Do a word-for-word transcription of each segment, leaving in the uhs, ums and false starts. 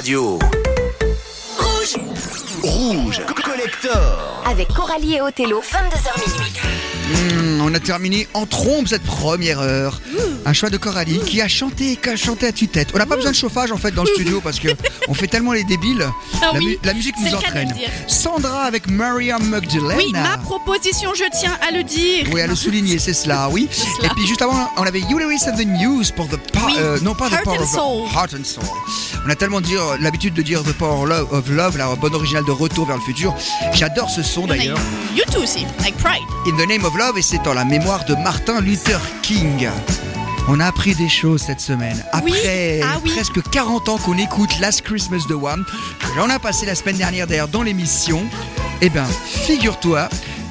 radio. Rouge. Rouge. Collector. Avec Coralie et Othello, vingt-deux heures minuit. Mmh, on a terminé en trombe cette première heure. Mmh. Un choix de Coralie mmh. qui a chanté, qui a chanté à tue-tête. On n'a pas mmh. besoin de chauffage en fait dans le studio parce que on fait tellement les débiles. Ah la, oui, mu- la musique nous entraîne. Sandra avec Miriam Magdalena. Oui, ma proposition, je tiens à le dire. Oui, à le souligner, c'est cela, oui. C'est cela. Et puis juste avant, on avait Ulyris and the News pour the power, oui. euh, non pas Heart the power and of soul. Heart and Soul. On a tellement dire l'habitude de dire the power of love, la bonne originale de Retour vers le futur. J'adore ce son d'ailleurs. You too aussi, like Pride. In the Name of Love, et c'est dans la mémoire de Martin Luther King. On a appris des choses cette semaine. Après oui. Ah oui. presque quarante ans qu'on écoute Last Christmas de Wham, que l'on a passé la semaine dernière d'ailleurs dans l'émission, eh ben, figure-toi,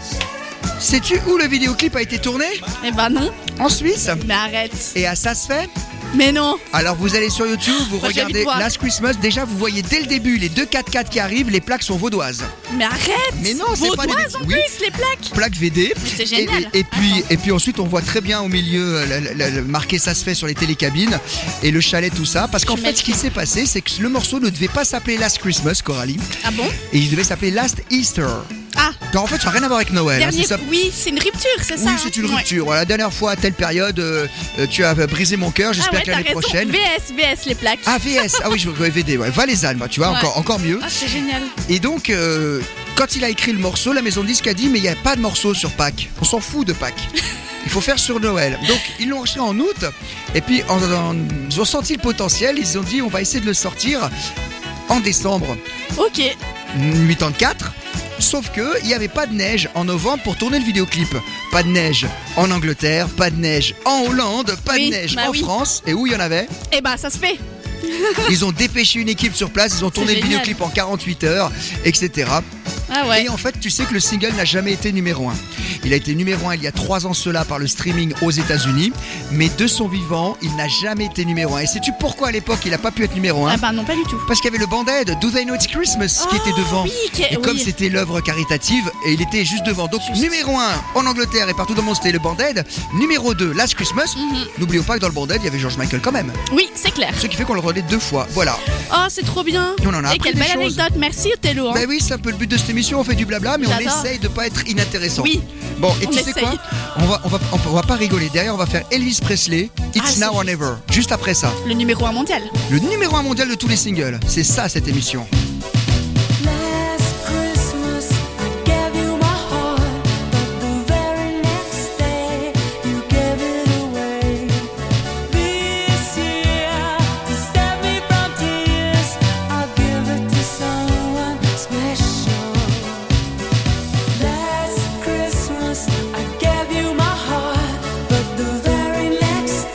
sais-tu où le vidéoclip a été tourné ? Eh ben non. En Suisse. Mais arrête. Et à ça se fait ? Mais non. Alors vous allez sur YouTube, vous Moi, regardez Last Christmas, déjà vous voyez dès le début les deux quatre-quatre qui arrivent, les plaques sont vaudoises. Mais arrête. Mais non, c'est vaudoises pas des... en oui. plus, les plaques. Plaques V D. Mais c'est génial. Et, et, et puis et puis ensuite on voit très bien au milieu la, la, la, marqué ça se fait sur les télécabines et le chalet tout ça parce qu'en Je fait ce qui s'est passé c'est que le morceau ne devait pas s'appeler Last Christmas, Coralie. Ah bon ? Et il devait s'appeler Last Easter. Ah. Car en fait ça n'a rien à voir avec Noël. Dernier... Hein, c'est ça... Oui, c'est une rupture, c'est oui, ça. Oui, c'est une hein rupture. Voilà, la dernière fois à telle période, euh, tu as brisé mon cœur. J'espère ah ouais, que l'année raison. prochaine. V S, V S les plaques. Ah V S, ah oui je veux V D, ouais. Valaisanne, bah, tu vois, ouais. encore, encore mieux. Ah c'est génial. Et donc, euh, quand il a écrit le morceau, la maison de disque a dit mais il n'y a pas de morceau sur Pâques. On s'en fout de Pâques. Il faut faire sur Noël. Donc ils l'ont enregistré en août. Et puis en, en, ils ont senti le potentiel. Ils ont dit on va essayer de le sortir en décembre. Ok. quatre-vingt-quatorze. Sauf que il n'y avait pas de neige en novembre pour tourner le vidéoclip. Pas de neige en Angleterre, pas de neige en Hollande, pas oui, de neige bah en oui. France. Et où il y en avait ? Eh bah ça se fait. Ils ont dépêché une équipe sur place, ils ont tourné le vidéoclip en quarante-huit heures, et cetera. Ah ouais. Et en fait, tu sais que le single n'a jamais été numéro un. Il a été numéro un il y a trois ans cela par le streaming aux États-Unis, mais de son vivant, il n'a jamais été numéro un. Et sais-tu pourquoi à l'époque il n'a pas pu être numéro un ? Ah bah non, pas du tout. Parce qu'il y avait le Band-Aid, Do They Know It's Christmas, oh, qui était devant. Oui, qui est... Et comme oui. c'était l'œuvre caritative, et il était juste devant. Donc juste. numéro un en Angleterre et partout dans le monde, c'était le Band-Aid. Numéro deux, Last Christmas. Mm-hmm. N'oublions pas que dans le Band-Aid, il y avait George Michael quand même. Oui, c'est clair. Ce qui fait qu'on le regardait deux fois. Voilà. Oh, c'est trop bien. Et on en a et quelle belle choses. Anecdote. Merci Othello. Hein. Ben oui, c'est un peu le but de cette émission. On fait du blabla, mais J'adore. on essaye de pas être inintéressant. Oui. Bon, et on tu essaye. sais quoi ? On va, on va, on va pas rigoler. Derrière, on va faire Elvis Presley. It's ah, Now or Never. Juste après ça. Le numéro un mondial. Le numéro un mondial de tous les singles. C'est ça cette émission.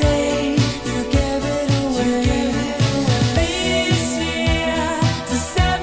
This year, to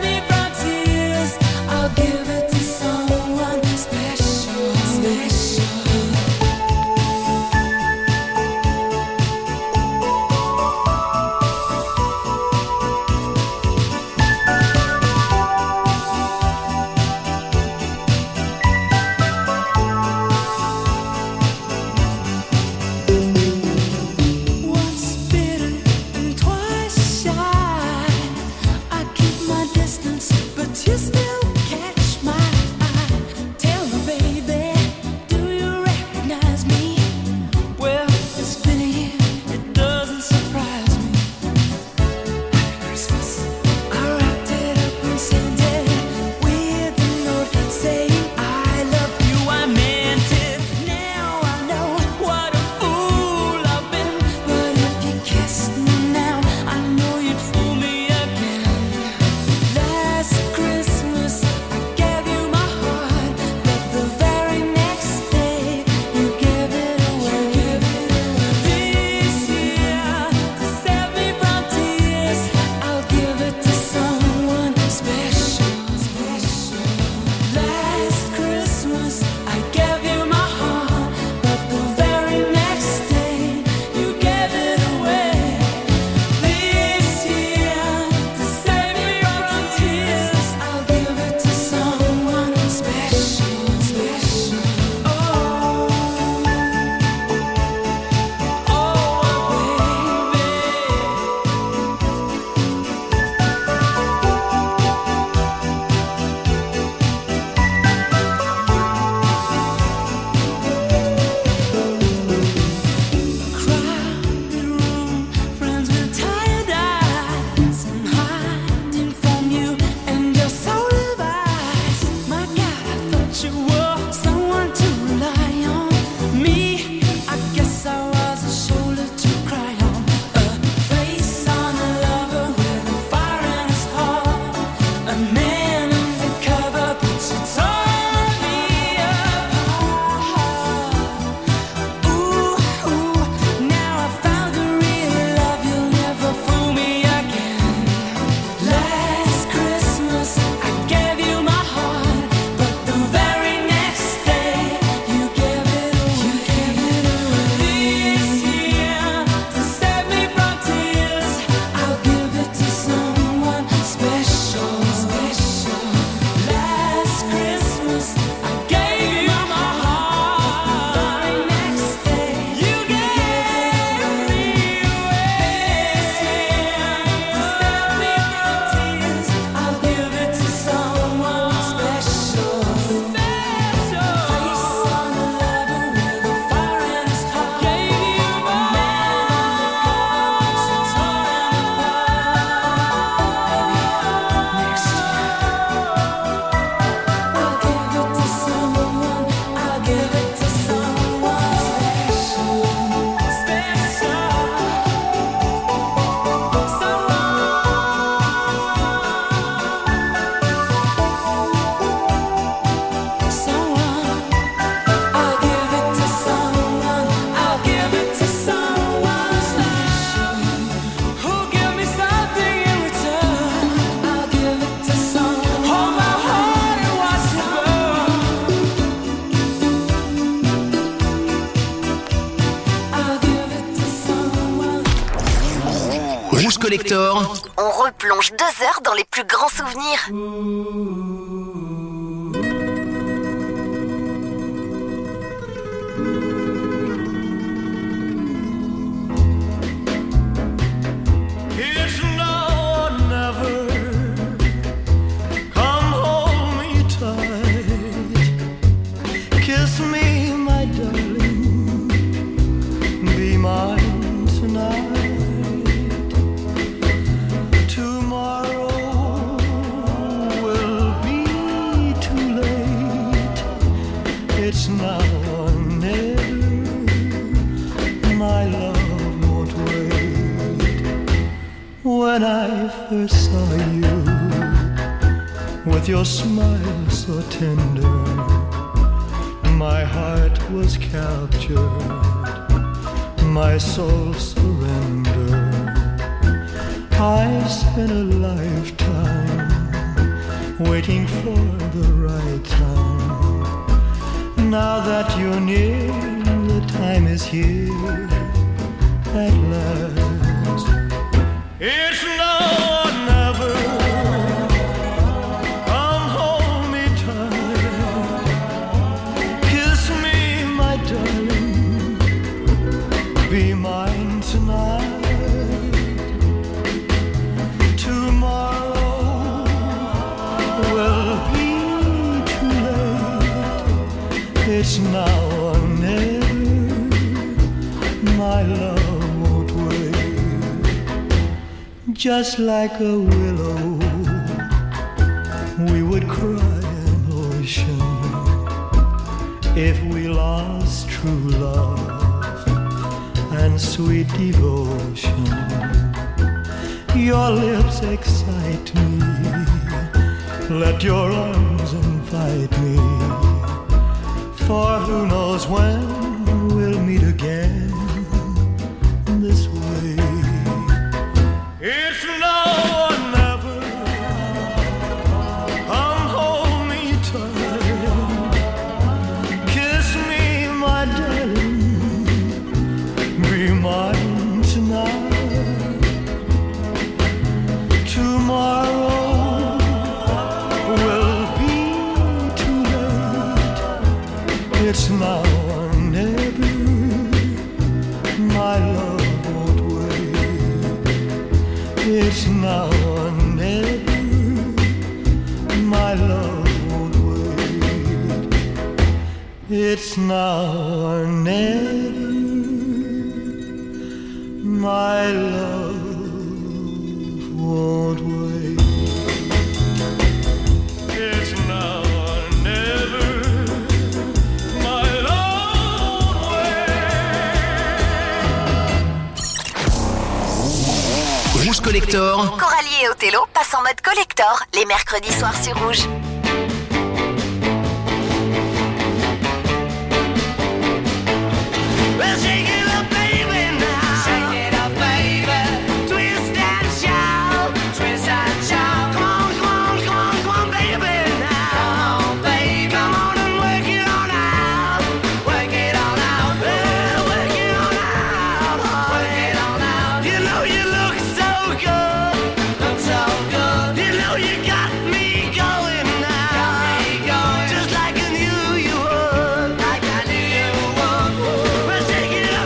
Collector, On replonge deux heures dans les plus grands souvenirs. It's now or never. Come hold me tight. Kiss me, my darling. Be mine tonight. Tomorrow will be too late. It's now or never. My love won't wait. When I first saw you, with your smile so tender, my heart was captured, my soul surrendered. I spent a lifetime waiting for the right time. Now that you're near, the time is here at last. It's now or never. Come hold me tight. Kiss me, my darling. Be mine tonight. Tomorrow will be too late. It's now or never. My love won't wait. Just like a willow, we would cry an ocean if we lost true love and sweet devotion. Your lips excite me, let your arms invite me, for who knows when we'll meet again this way. It's now or never. Come hold me tight. Kiss me, my darling. Be mine tonight. Tomorrow will be too late. It's now or never. My love won't wait. It's now or never. My love won't wait. It's now or never. My love won't wait. It's now or never. My love won't wait. Rouge Collector, Coralie et Othello passent en mode collector les mercredis soirs sur Rouge. Well, shake it up, baby, now. Shake it up, baby. Twist and shout. Twist and shout. Come on, come on, come on, come on, baby, now. Come on, baby. Come on and work it on out. Work it on out. Well, work it on out. Work it on out. You know you look so good. Look so good. You know you got me going now. Got me going. Just like I knew you would. Like I knew you would. Well, shake it up.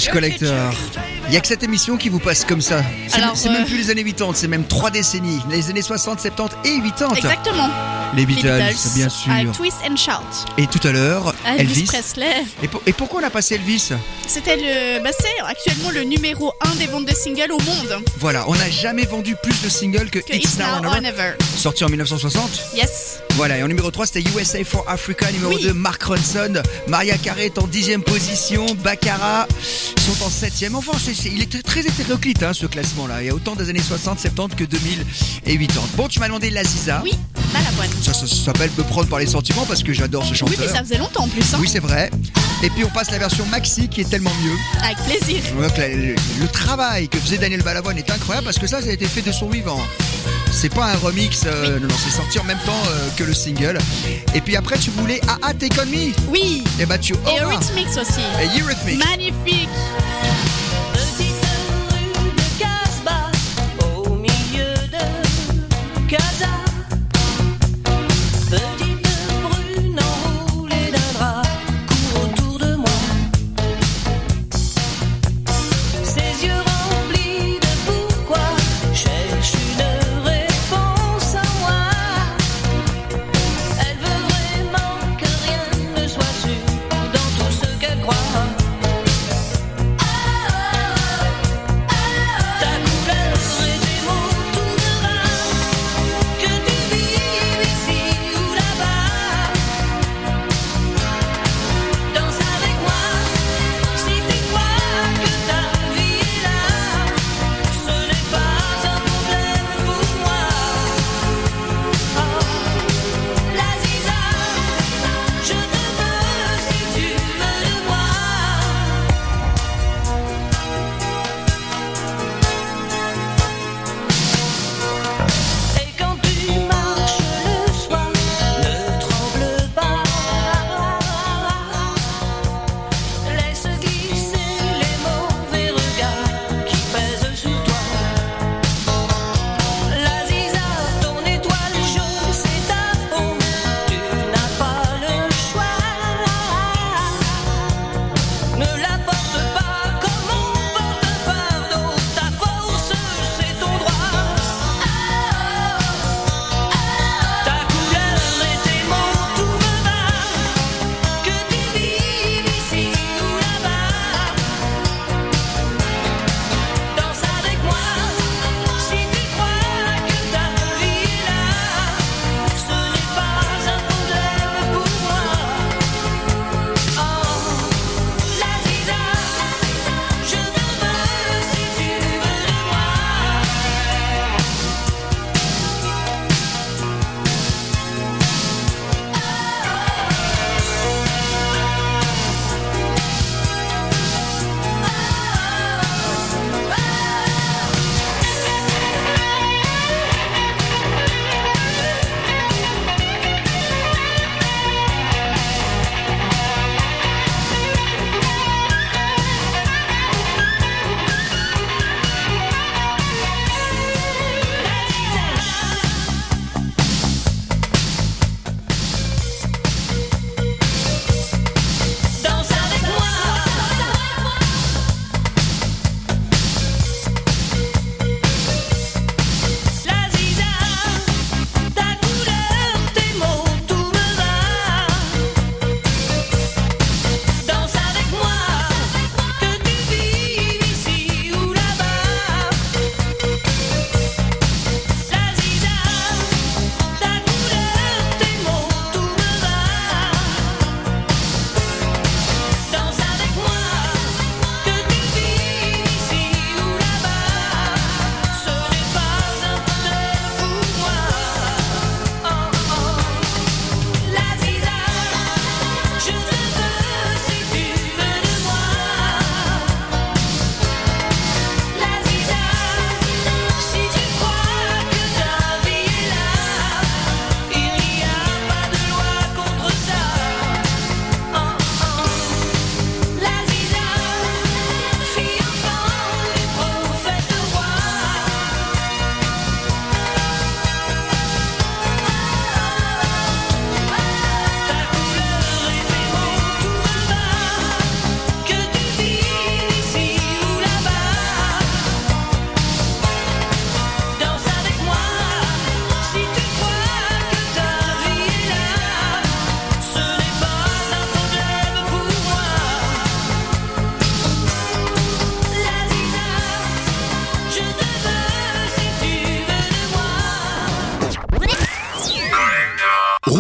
Rouge Collector. Il n'y a que cette émission qui vous passe comme ça. C'est, Alors, c'est euh, même plus les années quatre-vingt-dix, c'est même trois décennies. Les années soixante, soixante-dix et quatre-vingt-dix. Exactement. Les Les Beatles, Beatles, bien sûr. avec Twist and Shout. Et tout à l'heure, Elvis, Elvis. Presley. Et, pour- et pourquoi on a passé Elvis? C'était le. Bah, c'est actuellement le numéro un des ventes de singles au monde. Voilà, on n'a jamais vendu plus de singles que, Que It's Now or Never. sorti en dix-neuf cent soixante. Yes. Voilà, et en numéro trois, c'était U S A for Africa. Numéro Oui. deux, Mark Ronson. Maria Carey est en dixième position. Baccarat sont en septième. Enfin, c'est, c'est- il est très hétéroclite, hein, ce classement-là. Il y a autant des années soixante, soixante-dix que deux mille et quatre-vingt-dix. Bon, tu m'as demandé l'Aziza. Oui, Balavoine. Ça, ça, ça s'appelle Me prendre par les sentiments parce que j'adore ce Oui, chanteur. mais ça faisait longtemps en plus. Hein. Oui, c'est vrai. Et puis on passe la version maxi qui est tellement mieux. Avec plaisir. Donc, la- le, le travail que faisait Daniel Balavoine est incroyable parce que ça, ça a été fait de son vivant. C'est pas un remix, euh, non, non, c'est sorti en même temps euh, que le single. Et puis après, tu voulais A A Take On Me. Oui. Et bah tu Et auras. Eurythmics aussi. Et Eurythmics. Magnifique. Petite rue de Casbah, au milieu de Casa. Petite brune enroulée d'un drap court autour de moi. Ses yeux remplis de pourquoi cherche une réponse en moi. Elle veut vraiment que rien ne soit sûr dans tout ce qu'elle croit. Ta couleur et tes mots tout de rare que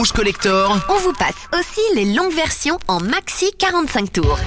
Rouge Collector. On vous passe aussi les longues versions en maxi quarante-cinq tours.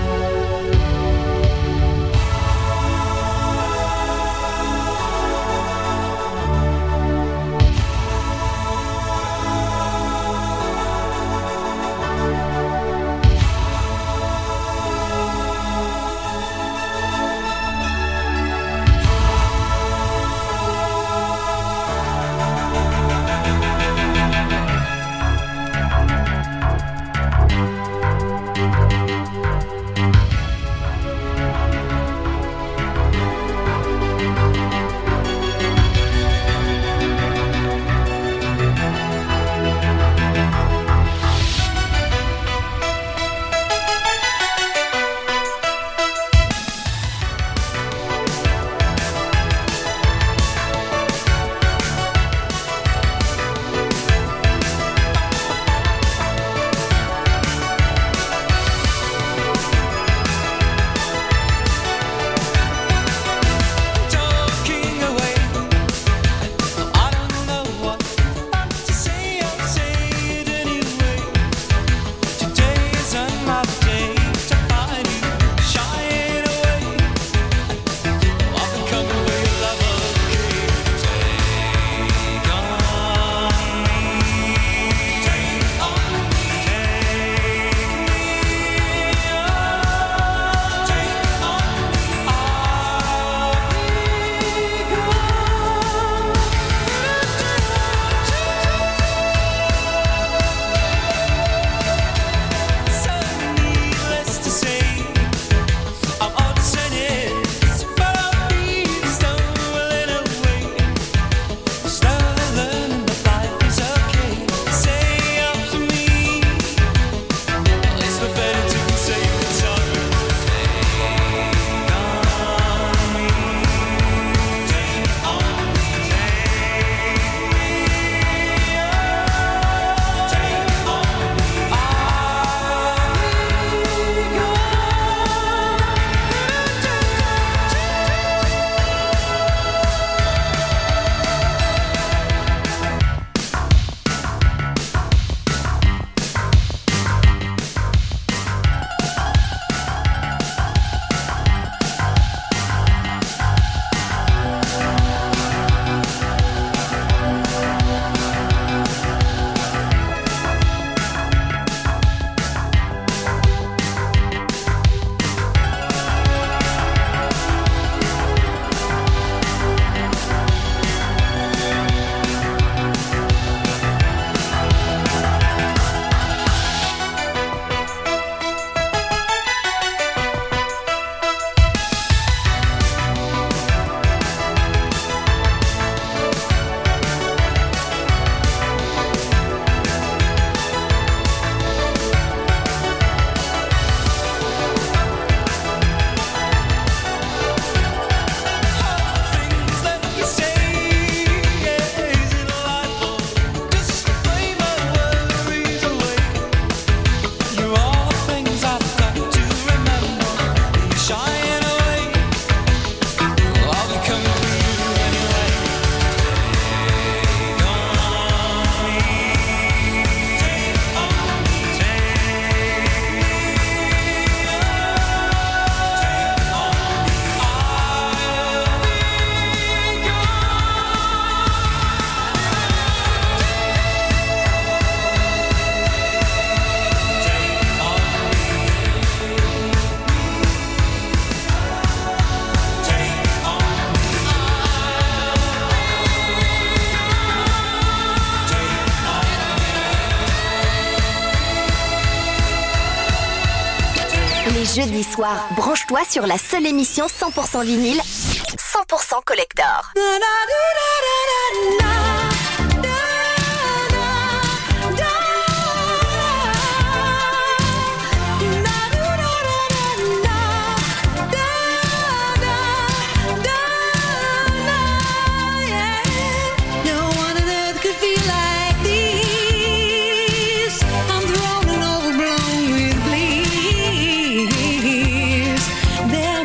Jeudi soir, branche-toi sur la seule émission cent pour cent vinyle, cent pour cent collector.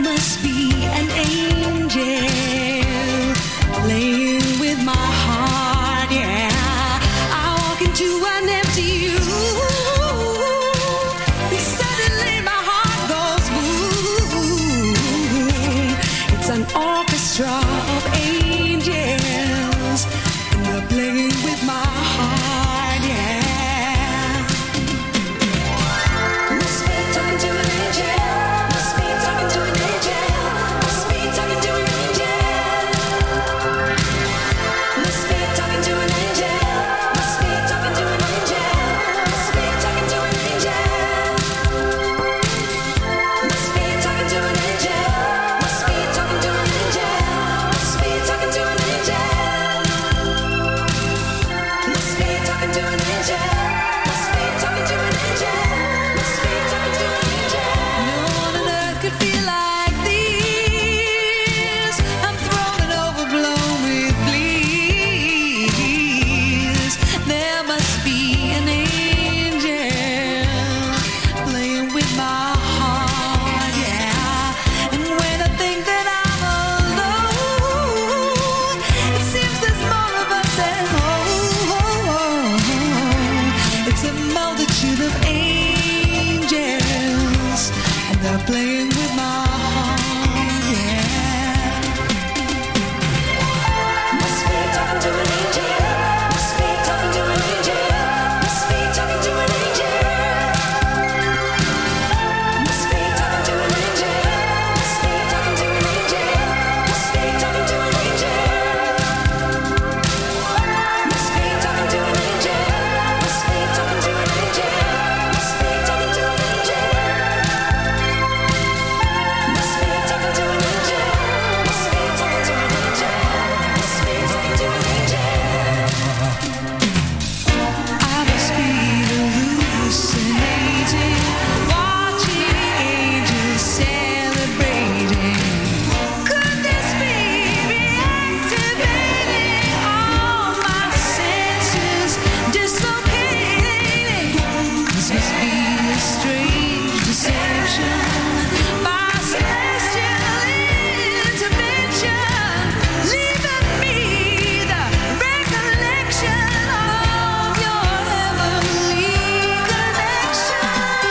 With my heart empty you. Suddenly my heart goes boom. It's an orchestra of angels, and they're playing with my heart, yeah. Must be talking to an angel. Must be talking to an angel. Must be talking to an angel. Must be talking to an angel. Must be talking to an angel. Must be talking to an angel. Must be talking to an angel. Must be talking to an angel. Must be talking to an angel. Must be talking to an angel. Must be talking to an angel. Must be talking to an angel. No one on earth could feel like this. I'm thrown and overblown with bliss. There must be an angel playing with my heart, yeah. And when I think that I'm alone, it seems there's more of us at home. It's a multitude of angels, and they're playing with my heart, yeah. Must be talking to an angel. Must be talking to an angel. Must be talking to an angel. Must be talking to an angel. Must be talking to an angel. Must be talking to an angel. Must be talking to an angel. Must be talking to an angel. Must be talking to an angel. Must be talking to an angel. Must be talking to an angel. Must be talking to an angel. I must be hallucinating, watching angels celebrating. Could this be reactivating all my senses, dislocating? This must be a strange deception by celestial intervention, leaving me the recollection of your heavenly connection.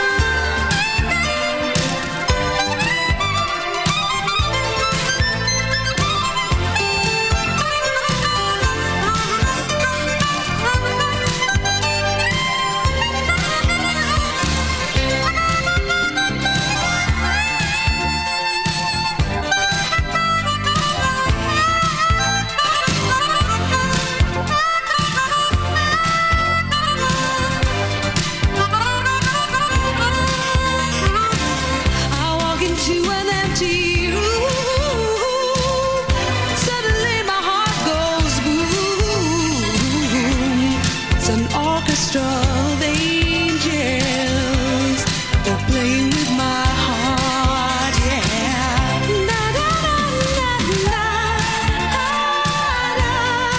I walk into an empty room. Suddenly my heart goes boom. It's an orchestra of angels. They're playing with my heart, yeah. Na, na, na, na, na. Ah, na,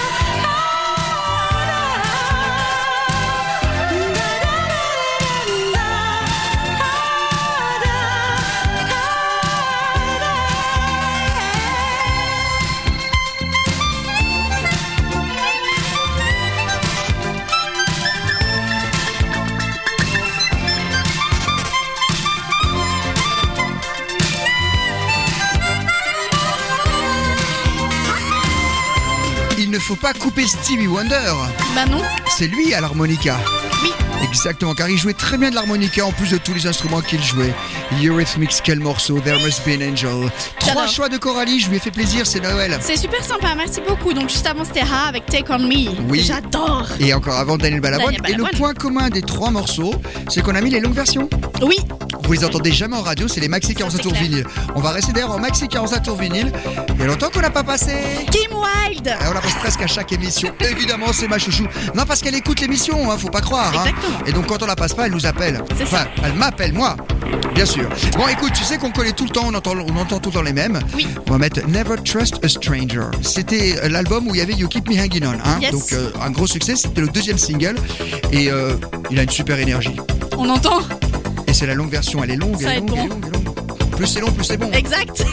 Il ne faut pas couper Stevie Wonder. Bah non. C'est lui à l'harmonica. Oui. Exactement, car il jouait très bien de l'harmonica en plus de tous les instruments qu'il jouait. Eurythmics, quel morceau, There Must Be an Angel. Trois J'adore. choix de Coralie, je lui ai fait plaisir, c'est Noël. C'est super sympa, merci beaucoup. Donc juste avant c'était Ha avec Take On Me. Oui. J'adore. Et encore avant Daniel Balavoine. Daniel Et le Balavoine. point commun des trois morceaux, c'est qu'on a mis les longues versions. Oui. Vous les entendez jamais en radio, c'est les maxi quarante-cinq c'est tours clair. vinyle. On va rester d'ailleurs en maxi quarante-cinq tours vinyle. Il y a longtemps qu'on n'a pas passé. Kim Wilde. Et on la passe presque à chaque émission. Évidemment, c'est ma chouchou. Non, parce qu'elle écoute l'émission, hein, faut pas croire. hein. Exactement. Et donc, quand on la passe pas, elle nous appelle. C'est Enfin, ça. elle m'appelle, moi. Bien sûr. Bon, écoute, tu sais qu'on connaît tout le temps, on entend, on entend tout le temps les mêmes. Oui. On va mettre Never Trust a Stranger. C'était euh, l'album où il y avait You Keep Me Hanging On. Hein. Yes. Donc, euh, un gros succès. C'était le deuxième single. Et euh, il a une super énergie. On entend. Et c'est la longue version. Elle est longue, Ça elle est va longue, être elle est longue, elle est longue. Plus c'est long, plus c'est bon. Exact.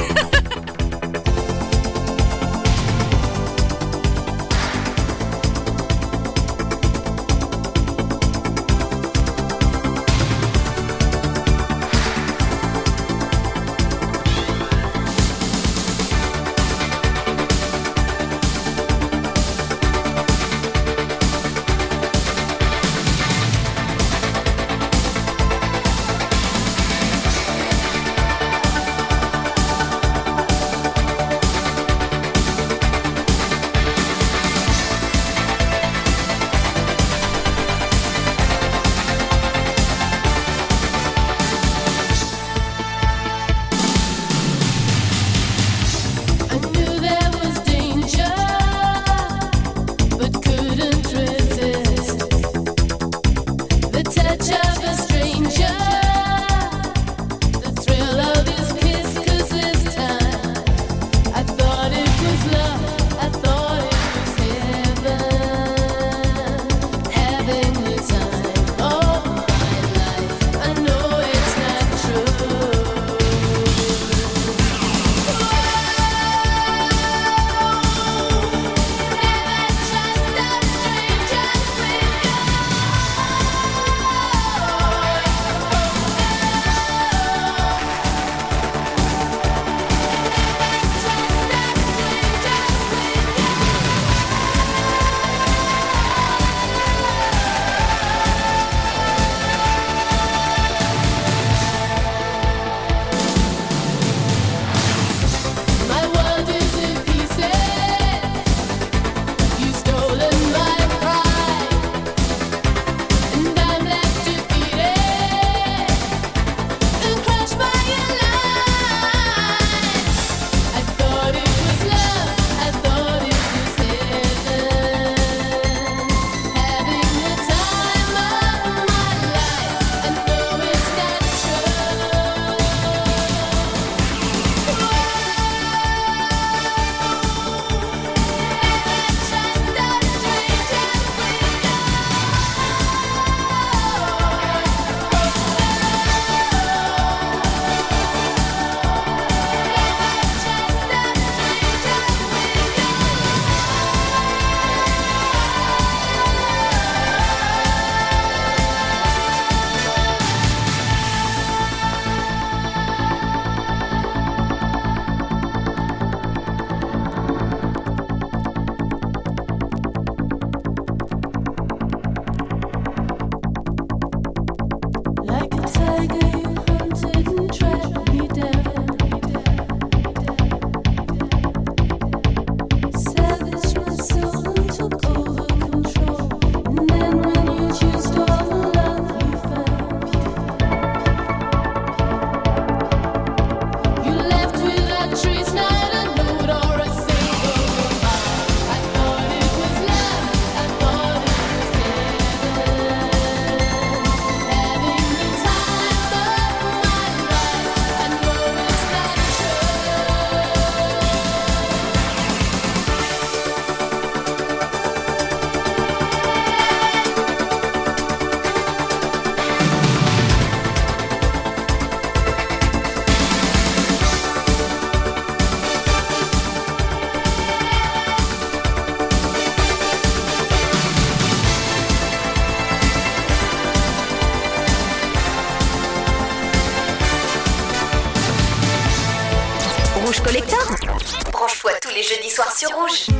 Collector. Branche-toi tous les jeudis soirs sur Rouge.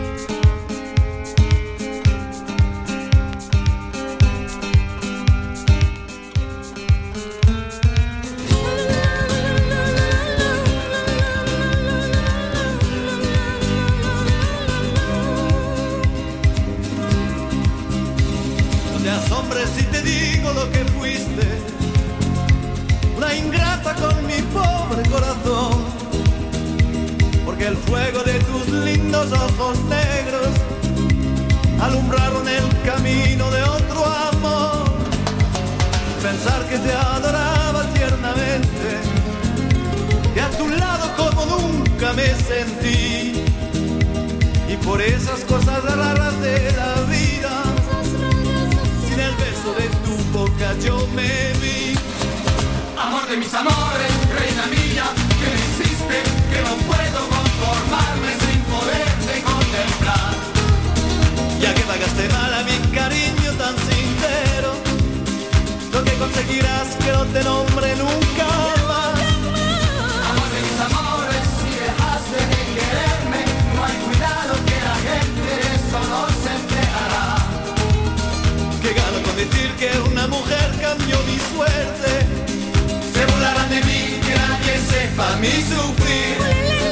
No te asombres si te digo lo que fuiste, una ingrata con mi pobre corazón, porque el fuego de tus lindos ojos negros alumbraron el camino de otro amor. Pensar que te adoraba tiernamente, que a tu lado como nunca me sentí, y por esas cosas raras de la vida, sin el beso de tu boca yo me vi. Amor de mis amores, reina mía, que me hiciste, que no puedo conformarme sin poderte contemplar. Ya que pagaste mal a mi cariño tan sincero, lo que conseguirás que no te nombre nunca más. Amor de mis amores, si dejaste de quererme, no hay cuidado que la gente de eso no se enterará. Que gano con decir que una mujer cambió mi suerte, se burlarán de mí, que nadie sepa mi sufrir.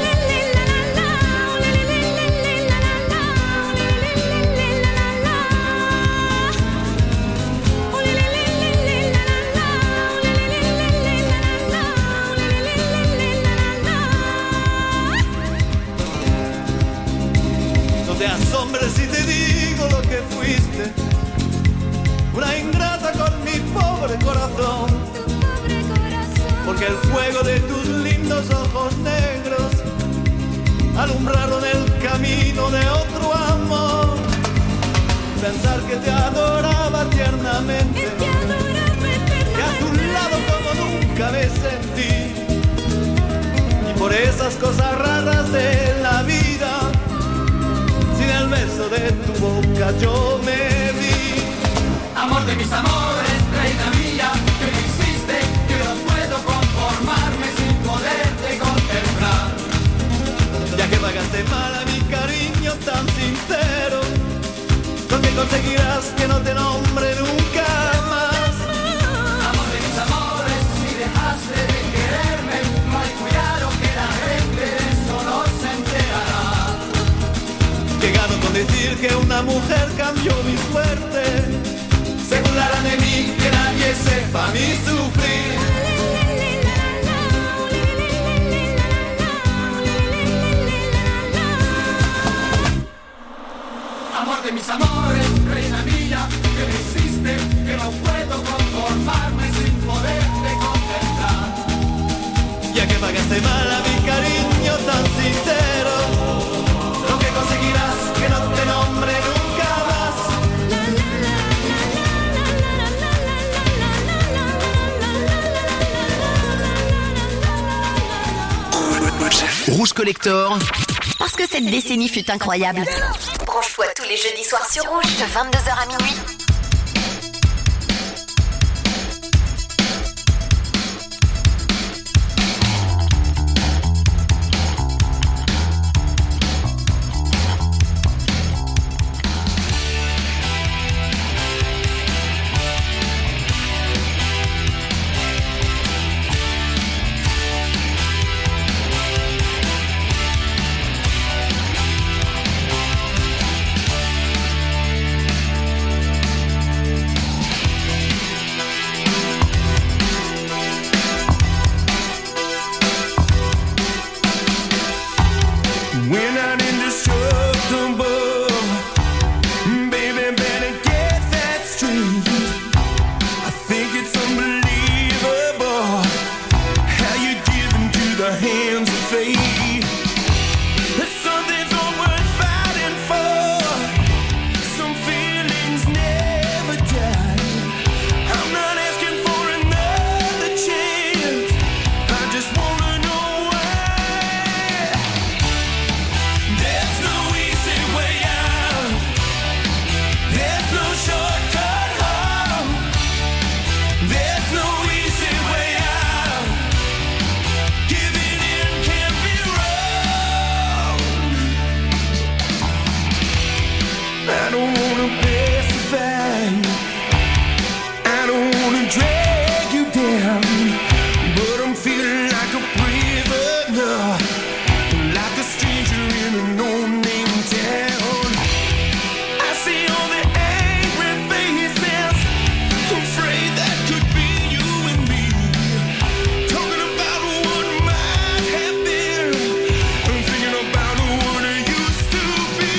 No te asombres si te digo lo que fuiste, una ingrata con mi pobre corazón, porque el fuego de tus lindos ojos negros alumbraron el camino de otro amor. Pensar que te adoraba tiernamente, que a tu lado como nunca me sentí, y por esas cosas raras de la vida, sin el beso de tu boca yo me vi. Amor de mis amores, reina mía, que me hiciste, que no puedo conformarme sin poderte contemplar. Ya que pagaste mal a mi cariño tan sincero, lo que conseguirás que no te nombre nunca más. Amor de mis amores, si dejaste de quererme, no hay cuidado que la gente de eso no se enterará. Que gano con decir que una mujer cambió mi suerte, se burlarán de mí, que nadie sepa mi sufrir. Amor de mis amores, reina mía, que me hiciste, que no puedo conformarme sin poderte contemplar. Ya que pagaste mal a mi cariño tan sincero, lo que conseguirás que no te nombre nunca más. Rouge Collector, Parce que cette décennie fut incroyable. Branche-toi tous les jeudis soirs sur Rouge de vingt-deux heures à minuit. drag you down, but I'm feeling like a prisoner, like a stranger in a no-name town. I see all the angry faces, afraid that could be you and me, talking about what might have been, and thinking about what it used to be.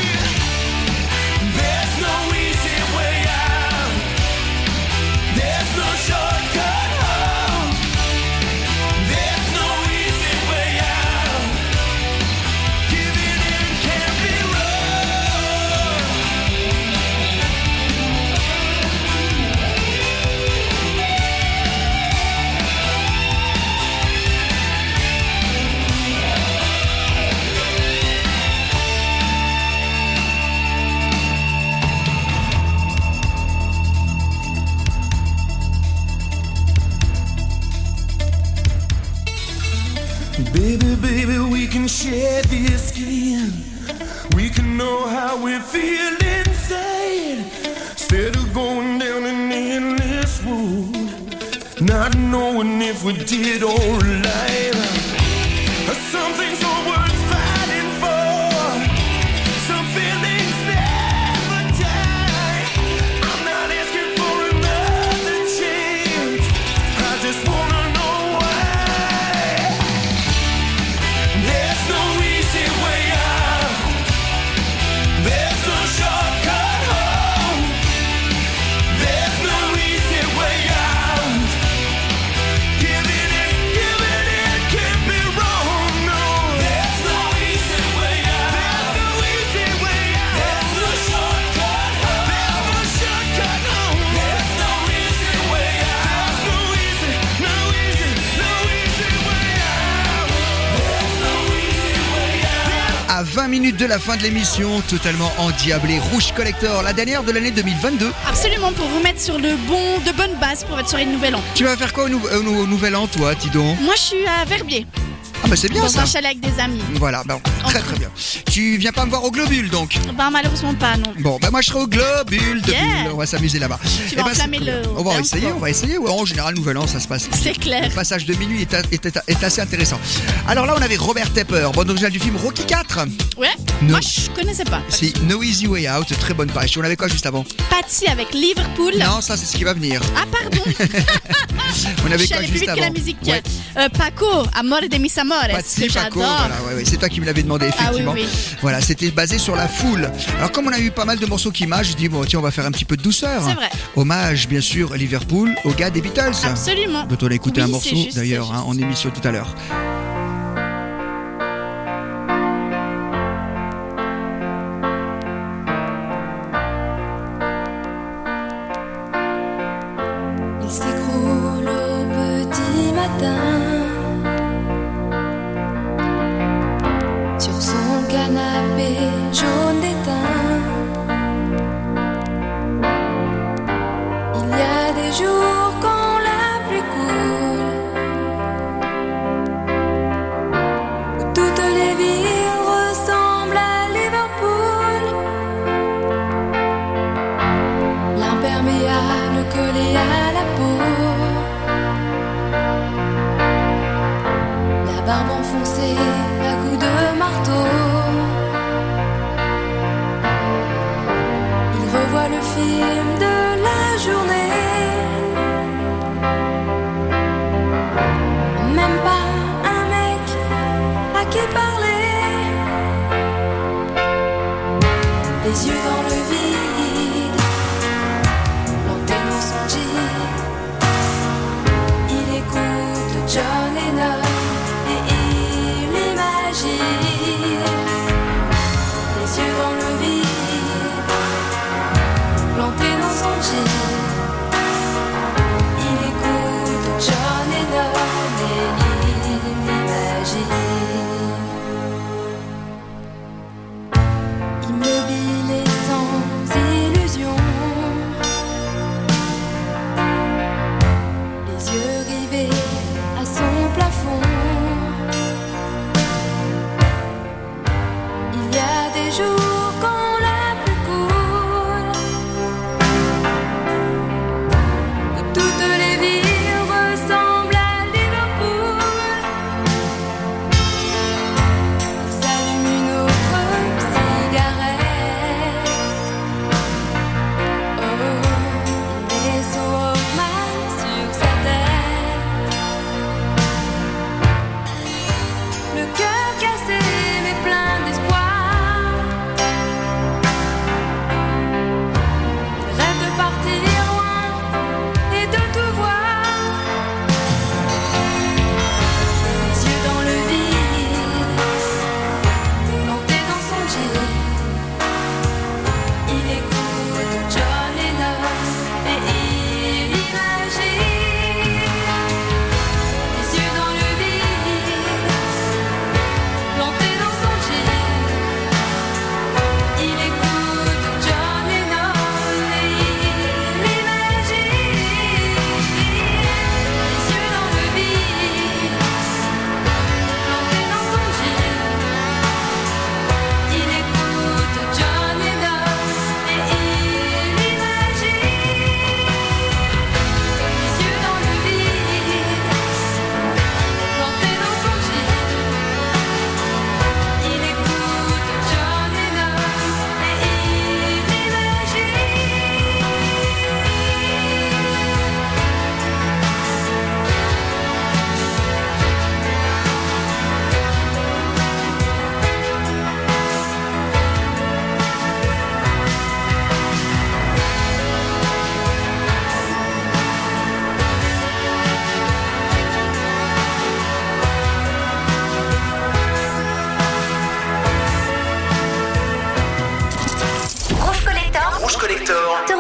There's no easy way out, there's no shortcut home, there's no easy way out, giving in can't be wrong. Baby, baby, we can share this skin. We can know how we feel inside, instead of going down an endless road, not knowing if we did alright. Some things are worth fighting for, some feelings never die. I'm not asking for another chance, I just wanna know why. There's no easy way out, there's no shortcut home, there's no easy way out, giving it, giving it can't be wrong, no. There's no easy way out, there's no easy way out, there's no shortcut home, there's no shortcut home, there's no easy way out, there's no easy, no easy, no easy way out, there's no easy way out. À vingt minutes de la fin de l'émission, totalement endiablé, Rouge Collector, la dernière de l'année deux mille vingt-deux. Absolument, pour vous mettre sur le bon, de bonnes bases pour votre soirée de Nouvel An. Tu vas faire quoi au, nou- au- au Nouvel An, toi, dis donc? Moi, je suis à Verbier, Ah bah c'est bien dans ça. un chalet avec des amis. Voilà, bah, très très bien. Tu viens pas me voir au Globule donc? Ben, malheureusement pas, non. Bon, bah moi je serai au Globule de Yeah. Bulle. On va s'amuser là-bas. Tu Eh vas ben, enflammer c'est très le bien. On va dance essayer, floor. on va essayer. Ouais, en général, Nouvel An, ça se passe. C'est clair. Le passage de minuit est, a- est, est- est assez intéressant. Alors là, on avait Robert Tepper, bande originale du film Rocky quatre. Ouais, Non. moi, je connaissais pas. C'est No Easy Way Out, très bonne page. On avait quoi juste avant? Patty avec Liverpool. Non, ça c'est ce qui va venir. Ah, pardon. On Je avait suis quoi allée plus juste vite que la avant? musique. Ouais. Euh, Paco, Amore de mis amores, Patsy, que Paco, j'adore. voilà, ouais, ouais, c'est toi qui me l'avais demandé effectivement. Ah oui, oui. Voilà, c'était basé sur la foule. Alors comme on a eu pas mal de morceaux qui matchent, je dis bon tiens on va faire un petit peu de douceur. C'est vrai. Hommage bien sûr à Liverpool, au gars des Beatles. Absolument. Dont on a écouté Oui, un c'est morceau juste, d'ailleurs c'est hein, en émission tout à l'heure. Il s'écroule au petit matin sur son canapé jaune d'étain. Il y a des jours quand la pluie coule, où toutes les villes ressemblent à Liverpool. L'imperméable collé à la peau,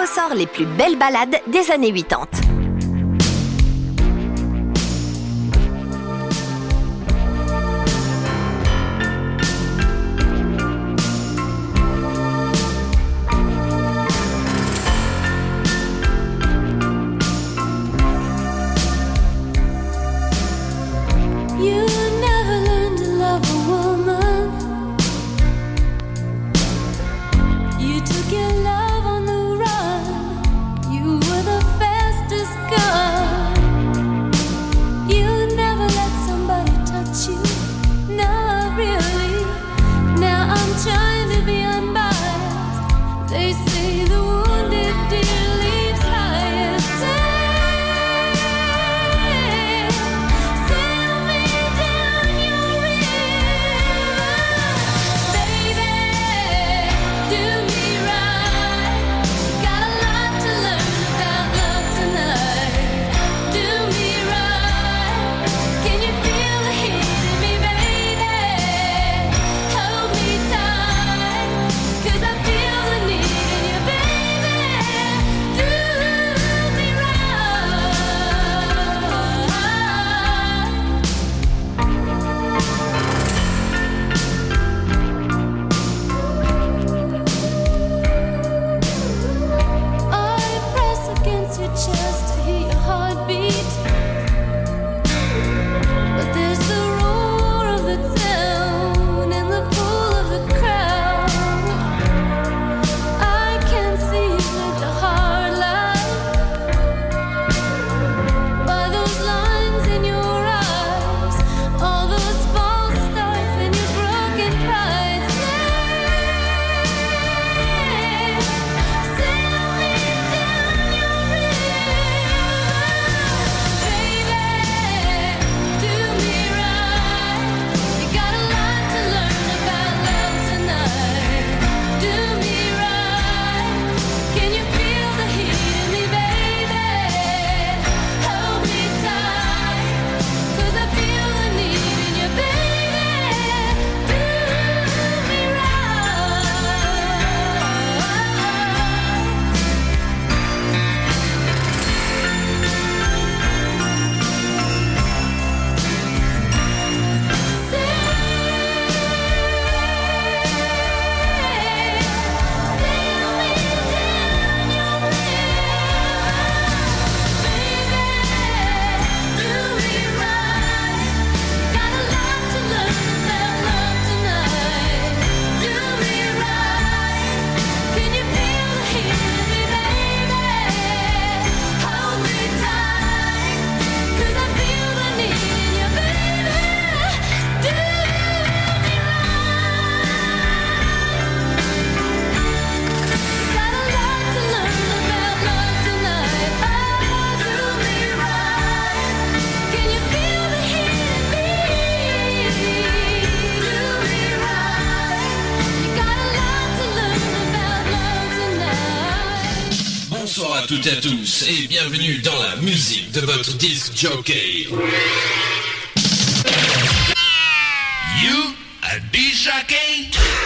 ressort les plus belles ballades des années quatre-vingt-dix. You never learned to love a woman. You took your love on the run. You were the fastest gun. You never let somebody touch you. Not really. Now I'm trying to be unbiased. They say the wounded deer leaves highest. Sail me down your river, baby. Do me right. Got a lot to learn about love tonight. Do me right. Can you feel the heat in me, baby? Hold me tight, 'cause I feel the need in you, baby. Do me right. I press against your chest to hear your heartbeat, but there's the roar of the town and the pull of the crowd. I can see you lived a hard life by those lines in your eyes, all those false starts and your broken pride. Sail me down your river, baby. Do me right. You got a lot to learn about love tonight. Do me right. Can you feel the heat in me, baby? Hold me tight, 'cause I feel the need in you, baby. Do me Bonsoir à toutes et à tous et bienvenue dans la musique de votre disc jockey. You a disc jockey?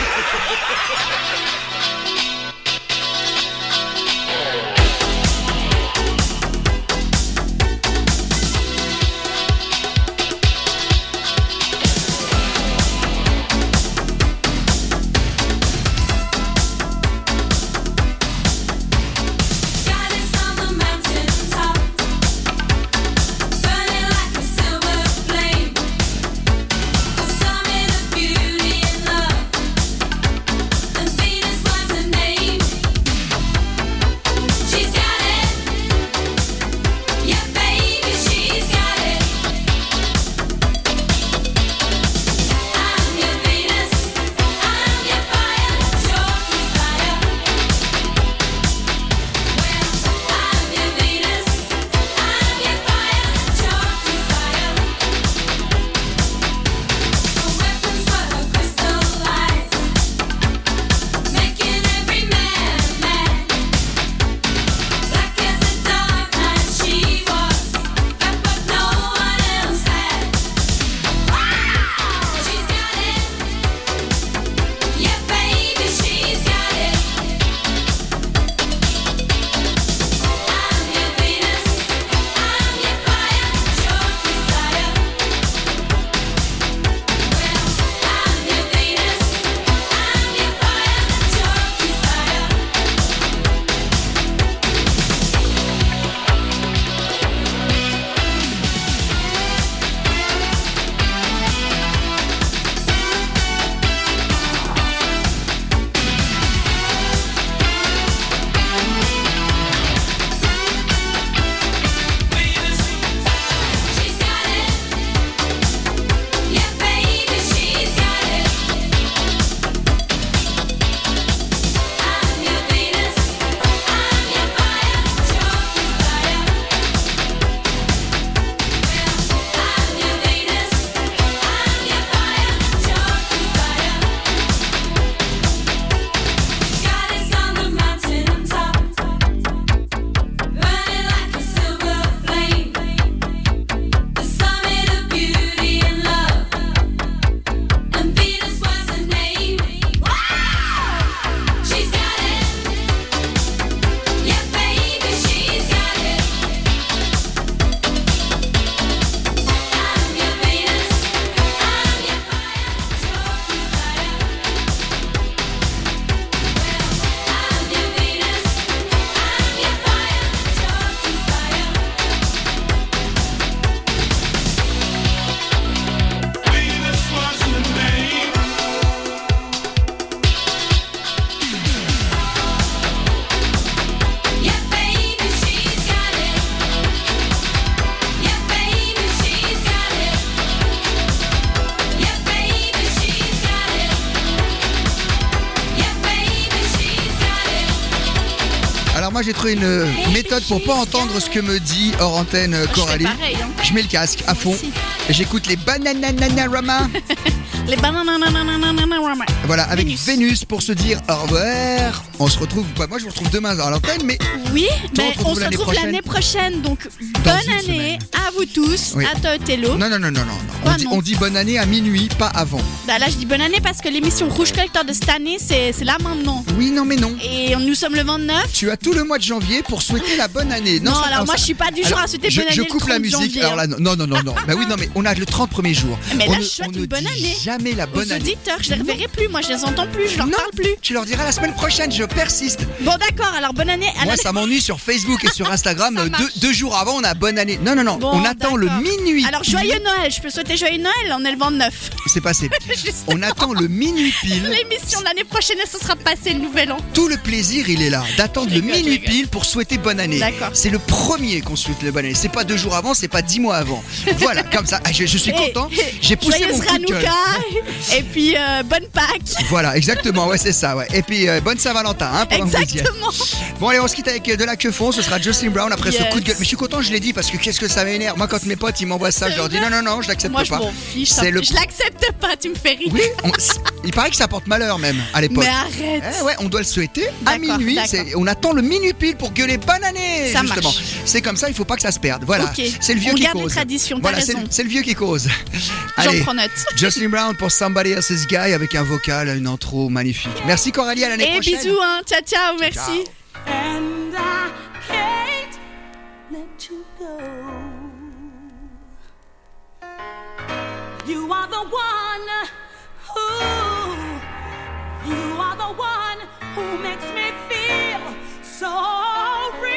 Goddess on the mountain top, burning like a silver flame, the summit of beauty and love, and Venus j'ai trouvé une euh, méthode pour pas entendre ce que me dit hors antenne euh, Je fais Coralie. pareil, hein. Je mets le casque à fond Aussi. et j'écoute les Banananarama. Les bananes. Voilà, avec Vénus. Vénus pour se dire au revoir. On se retrouve, bah, moi je vous retrouve demain à l'antenne, mais Oui, Toi, mais on se retrouve on se l'année retrouve prochaine. l'année prochaine. Donc, Dans bonne une année semaine. à vous tous, Oui. à toi Othello. non, non, non, non, non. Quoi, on, dit, non on dit bonne année à minuit, pas avant. Bah là, je dis bonne année parce que l'émission Rouge Collector de cette année, c'est c'est là maintenant. Oui, non, mais non. Et nous sommes le vingt-neuf. Tu as tout le mois de janvier pour souhaiter la bonne année. Non, ça- alors moi, ça- je suis pas du genre Alors, à souhaiter je, bonne je année coupe le la trente musique. janvier, Alors là, hein. non, non, non, non. Bah oui, non, mais on a le trente premiers jours. Mais on là, ne, je souhaite on ne une bonne dit année jamais la Aux bonne année. auditeurs, je les reverrai plus. Moi, je les entends plus, je leur Non. parle plus. Tu leur diras la semaine prochaine, je persiste. Bon, d'accord, alors bonne année à Moi, la... ça m'ennuie sur Facebook et sur Instagram. Ça euh, marche. deux, deux jours avant, on a bonne année. Non, non, non. Bon, on attend le d'accord. minuit. Alors, joyeux Noël, je peux souhaiter joyeux Noël, on est le vingt-neuf. C'est passé. Juste On attend le minuit pile. l'émission de l'année prochaine, et ce sera passé le nouvel an. Tout le plaisir, il est là, d'attendre Je le rigole, je minuit rigole. pile pour souhaiter bonne année. D'accord. C'est le premier qu'on souhaite le bonne année. C'est pas deux jours avant, c'est pas dix mois avant. Voilà, comme ça. Ah, je, je suis Et- content. J'ai poussé Joyeuse mon coup de gueule. Hanouka, et puis euh, bonne Pâques. Voilà, exactement. Ouais, c'est ça. Ouais. Et puis euh, bonne Saint-Valentin, hein, pendant que vous y êtes. Exactement. Bon, allez, on se quitte avec euh, de la queue fond. Ce sera Jocelyn Brown après ce Yes. coup de gueule. Mais je suis content, je l'ai dit parce que qu'est-ce que ça m'énerve. Moi, quand mes potes ils m'envoient ça, je leur dis non, non, non, je l'accepte Moi, je pas. m'en fiche. ça- C'est le- Je l'accepte pas, tu me fais rire. Oui, on- il paraît que ça porte malheur même à l'époque. Mais arrête. Eh ouais, on doit le souhaiter à D'accord, minuit. d'accord. c'est- On attend le minuit pile pour gueuler bonne année. Ça justement. marche. C'est comme ça, il faut pas que ça se perde. Voilà. Ok. C'est le vieux On qui garde les cause. traditions, t'as Voilà, c'est raison. le, c'est le vieux qui cause. J'en Allez, prends note. Jocelyn Brown pour Somebody Else's Guy avec un vocal, une intro magnifique. Merci Coralie, à l'année Et prochaine. bisous, hein. Ciao, ciao, merci. Ciao. And I can't let you go. You are the one who, you are the one who makes me feel so real.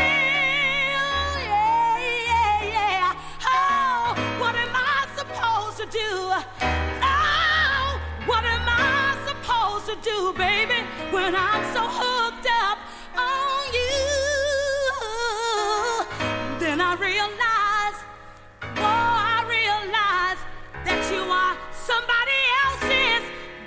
Yeah, yeah, yeah. Oh, what am I supposed to do? Oh, what am I supposed to do, baby, when I'm so hooked up on you? Then I realize, oh, I realize that you are somebody else's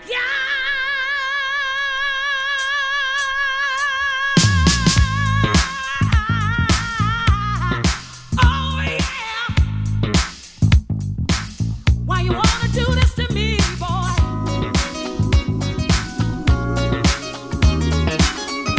guy. Oh yeah. Why you wanna do this to me, boy?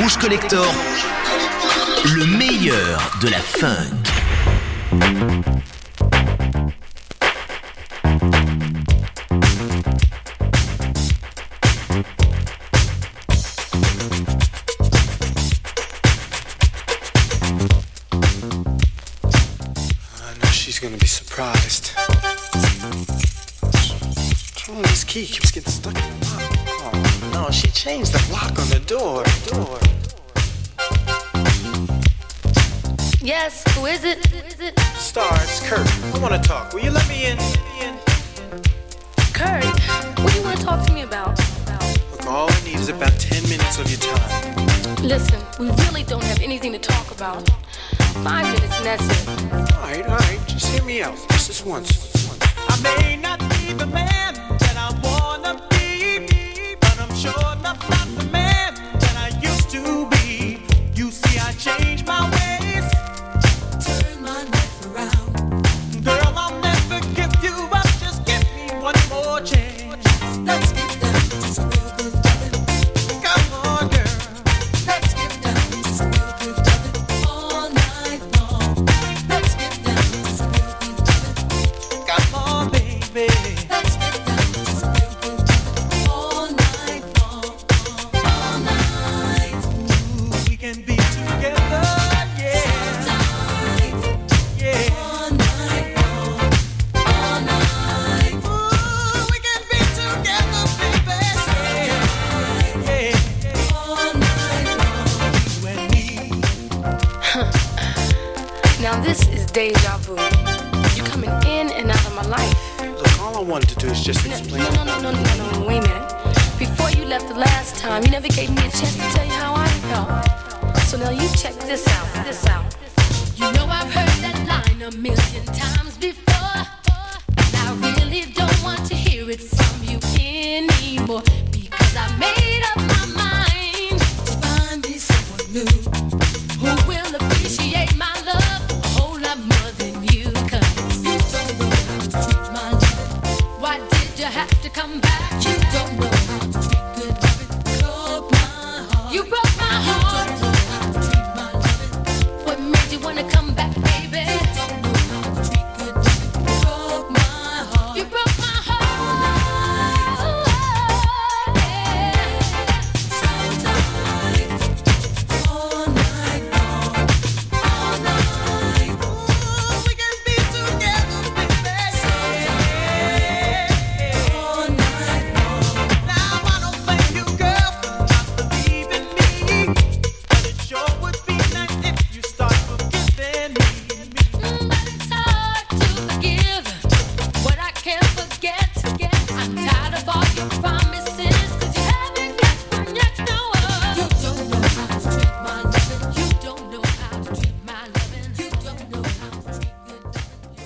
Rouge Collector, le meilleur de la funk. She's gonna be surprised. What's wrong with this key? Keeps getting stuck in the lock. Oh no, she changed the lock on the door. Door. Yes, who is it? Who is it? Star, it's Kurt. I wanna talk. Will you let me in? Let me in. Kurt, what do you want to talk to me about? Look, all I need is about ten minutes of your time. Listen, we really don't have anything to talk about. Five minutes and that's it. Alright, alright, just hear me out. Just this once. Just once. I may not be the man that I wanna be, but I'm sure enough not the man that I used to be. You see, I changed my ways, turn my life around. Girl, I'll never give you up. Just give me one more chance. Let's get down to some real good loving. Come on, girl. Let's get down to some real good loving all night long. Let's get down to some real good loving. Come on, baby. Let's get down to some real good loving all night long, all night. Ooh, we can be together, yeah. So tight, yeah. All night long, all night. Ooh, we can be together, baby. So tight, yeah. All night long, you and me. Now this is deja vu. You coming in and out of my life. Look, all I wanted to do is just No, explain. no, no, no, no, no, no, wait a minute. Before you left the last time, you never gave me a chance to tell you how I felt. So now you check this out, this out. You know I've heard that line a million times before, and I really don't want to hear it from you anymore.